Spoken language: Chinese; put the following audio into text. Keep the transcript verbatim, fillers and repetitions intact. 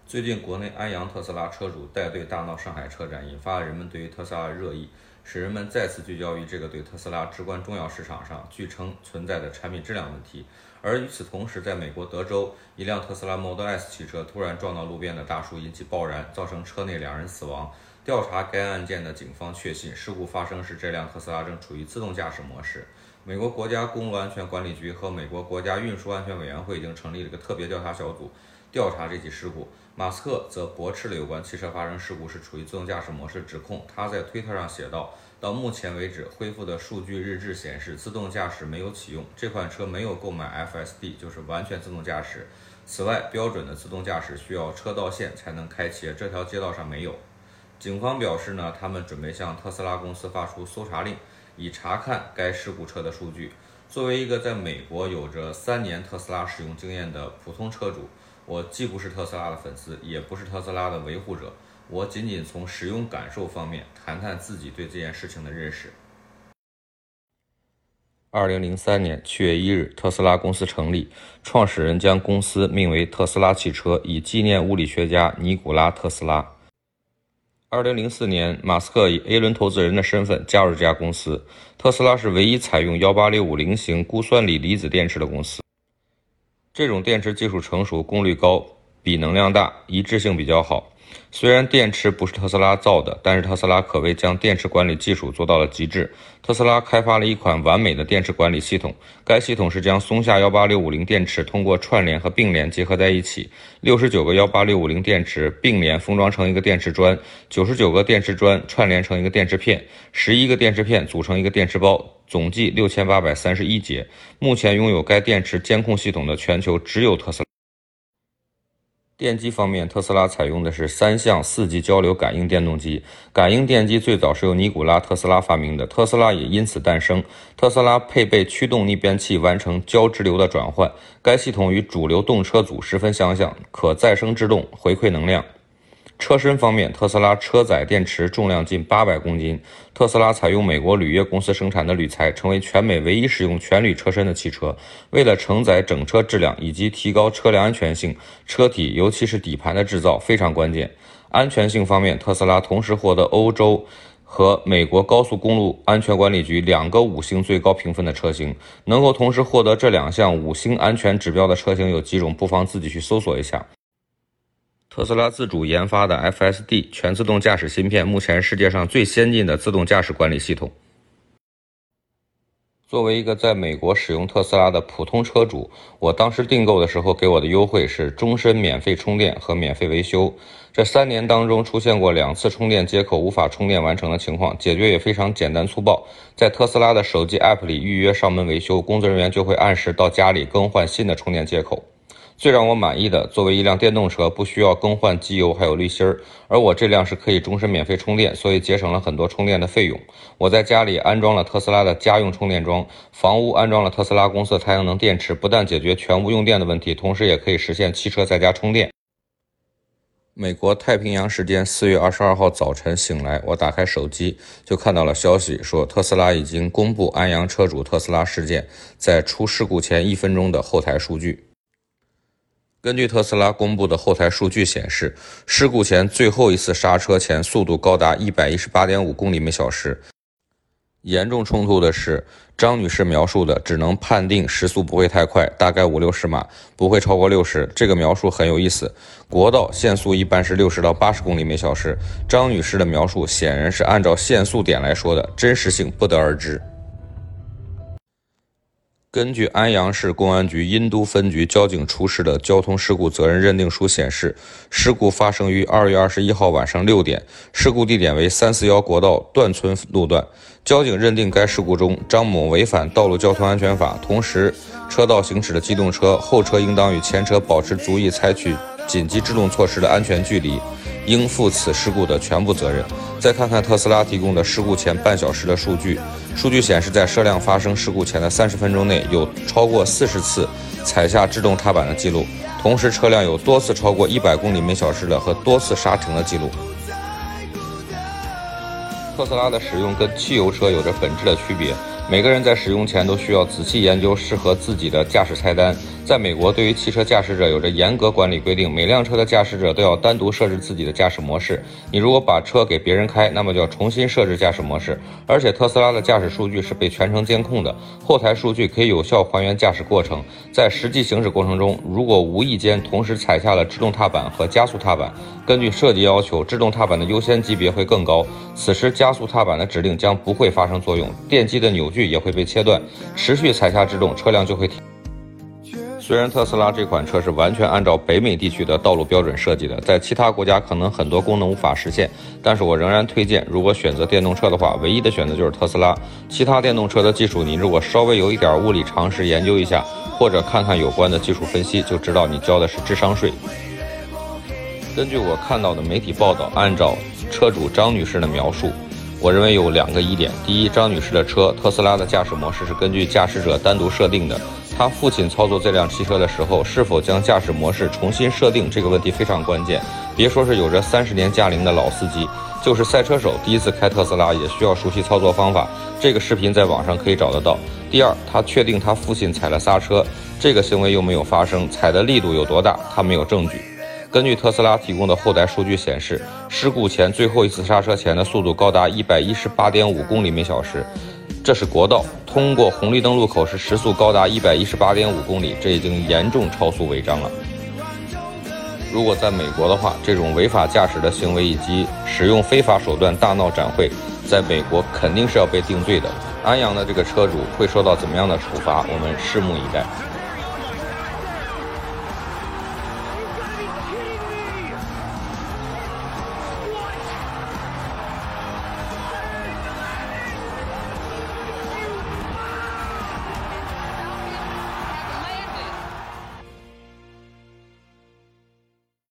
最近国内安阳特斯拉车主带队大闹上海车展，引发了人们对于特斯拉的热议，使人们再次聚焦于这个对特斯拉至关重要市场上据称存在的产品质量问题。而与此同时，在美国德州，一辆特斯拉 Model S 汽车突然撞到路边的大树，引起爆燃，造成车内两人死亡。调查该案件的警方确信，事故发生时这辆特斯拉正处于自动驾驶模式。美国国家公路安全管理局和美国国家运输安全委员会已经成立了一个特别调查小组，调查这起事故。马斯克则驳斥了有关汽车发生事故是处于自动驾驶模式指控。他在推特上写道，到目前为止恢复的数据日志显示，自动驾驶没有启用，这款车没有购买 F S D， 就是完全自动驾驶。此外，标准的自动驾驶需要车道线才能开启，这条街道上没有。警方表示呢，他们准备向特斯拉公司发出搜查令，以查看该事故车的数据。作为一个在美国有着三年特斯拉使用经验的普通车主，我既不是特斯拉的粉丝，也不是特斯拉的维护者，我仅仅从使用感受方面谈谈自己对这件事情的认识。二零零三年七月一日，特斯拉公司成立，创始人将公司命为特斯拉汽车，以纪念物理学家尼古拉·特斯拉。二零零四年，马斯克以 A 轮投资人的身份加入这家公司。特斯拉是唯一采用一八六五零型钴酸锂离子电池的公司。这种电池技术成熟，功率高，比能量大，一致性比较好。虽然电池不是特斯拉造的，但是特斯拉可谓将电池管理技术做到了极致。特斯拉开发了一款完美的电池管理系统，该系统是将松下一八六五零电池通过串联和并联结合在一起，六十九个一八六五零电池并联封装成一个电池砖，九十九个电池砖串联成一个电池片，十一个电池片组成一个电池包，总计六千八百三十一节。目前拥有该电池监控系统的全球只有特斯拉。电机方面，特斯拉采用的是三相四级交流感应电动机。感应电机最早是由尼古拉·特斯拉发明的，特斯拉也因此诞生。特斯拉配备驱动逆变器完成交直流的转换，该系统与主流动车组十分相像，可再生制动，回馈能量。车身方面，特斯拉车载电池重量近八百公斤。特斯拉采用美国铝业公司生产的铝材，成为全美唯一使用全铝车身的汽车。为了承载整车质量以及提高车辆安全性，车体尤其是底盘的制造非常关键。安全性方面，特斯拉同时获得欧洲和美国高速公路安全管理局两个五星最高评分的车型。能够同时获得这两项五星安全指标的车型有几种，不妨自己去搜索一下。特斯拉自主研发的 F S D 全自动驾驶芯片，目前世界上最先进的自动驾驶管理系统。作为一个在美国使用特斯拉的普通车主，我当时订购的时候给我的优惠是终身免费充电和免费维修。这三年当中出现过两次充电接口无法充电完成的情况，解决也非常简单粗暴，在特斯拉的手机 App 里预约上门维修，工作人员就会按时到家里更换新的充电接口。最让我满意的，作为一辆电动车，不需要更换机油还有滤芯儿，而我这辆是可以终身免费充电，所以节省了很多充电的费用。我在家里安装了特斯拉的家用充电桩，房屋安装了特斯拉公司的太阳能电池，不但解决全屋用电的问题，同时也可以实现汽车在家充电。美国太平洋时间四月二十二号早晨醒来，我打开手机就看到了消息，说特斯拉已经公布安阳车主特斯拉事件在出事故前一分钟的后台数据。根据特斯拉公布的后台数据显示，事故前最后一次刹车前速度高达 一百一十八点五公里每小时。严重冲突的是，张女士描述的只能判定时速不会太快，大概五六十码，不会超过六十。这个描述很有意思。国道限速一般是六十到八十公里每小时，张女士的描述显然是按照限速点来说的，真实性不得而知。根据安阳市公安局殷都分局交警出示的交通事故责任认定书显示，事故发生于二月二十一号晚上六点，事故地点为三四一国道段村路段。交警认定该事故中，张某违反道路交通安全法，同时车道行驶的机动车后车应当与前车保持足以采取紧急制动措施的安全距离，应负此事故的全部责任。再看看特斯拉提供的事故前半小时的数据，数据显示，在车辆发生事故前的三十分钟内，有超过四十次踩下制动踏板的记录，同时车辆有多次超过一百公里每小时的和多次刹停的记录。特斯拉的使用跟汽油车有着本质的区别，每个人在使用前都需要仔细研究适合自己的驾驶菜单， 在美国，对于汽车驾驶者有着严格管理规定，每辆车的驾驶者都要单独设置自己的驾驶模式。你如果把车给别人开，那么就要重新设置驾驶模式。而且特斯拉的驾驶数据是被全程监控的，后台数据可以有效还原驾驶过程。在实际行驶过程中，如果无意间同时踩下了制动踏板和加速踏板，根据设计要求，制动踏板的优先级别会更高，此时加速踏板的指令将不会发生作用，电机的扭矩也会被切断，持续踩下制动，车辆就会停。虽然特斯拉这款车是完全按照北美地区的道路标准设计的，在其他国家可能很多功能无法实现，但是我仍然推荐，如果选择电动车的话，唯一的选择就是特斯拉。其他电动车的技术，你如果稍微有一点物理常识研究一下，或者看看有关的技术分析，就知道你交的是智商税。根据我看到的媒体报道，按照车主张女士的描述，我认为有两个疑点。第一，张女士的车特斯拉的驾驶模式是根据驾驶者单独设定的，她父亲操作这辆汽车的时候，是否将驾驶模式重新设定，这个问题非常关键。别说是有着三十年驾龄的老司机，就是赛车手第一次开特斯拉也需要熟悉操作方法。这个视频在网上可以找得到。第二，他确定他父亲踩了刹车，这个行为又没有发生，踩的力度有多大，他没有证据。根据特斯拉提供的后台数据显示，事故前最后一次刹车前的速度高达 一百一十八点五公里每小时，这是国道，通过红绿灯路口时时速高达 一百一十八点五公里，这已经严重超速违章了。如果在美国的话，这种违法驾驶的行为以及使用非法手段大闹展会，在美国肯定是要被定罪的。安阳的这个车主会受到怎么样的处罚，我们拭目以待。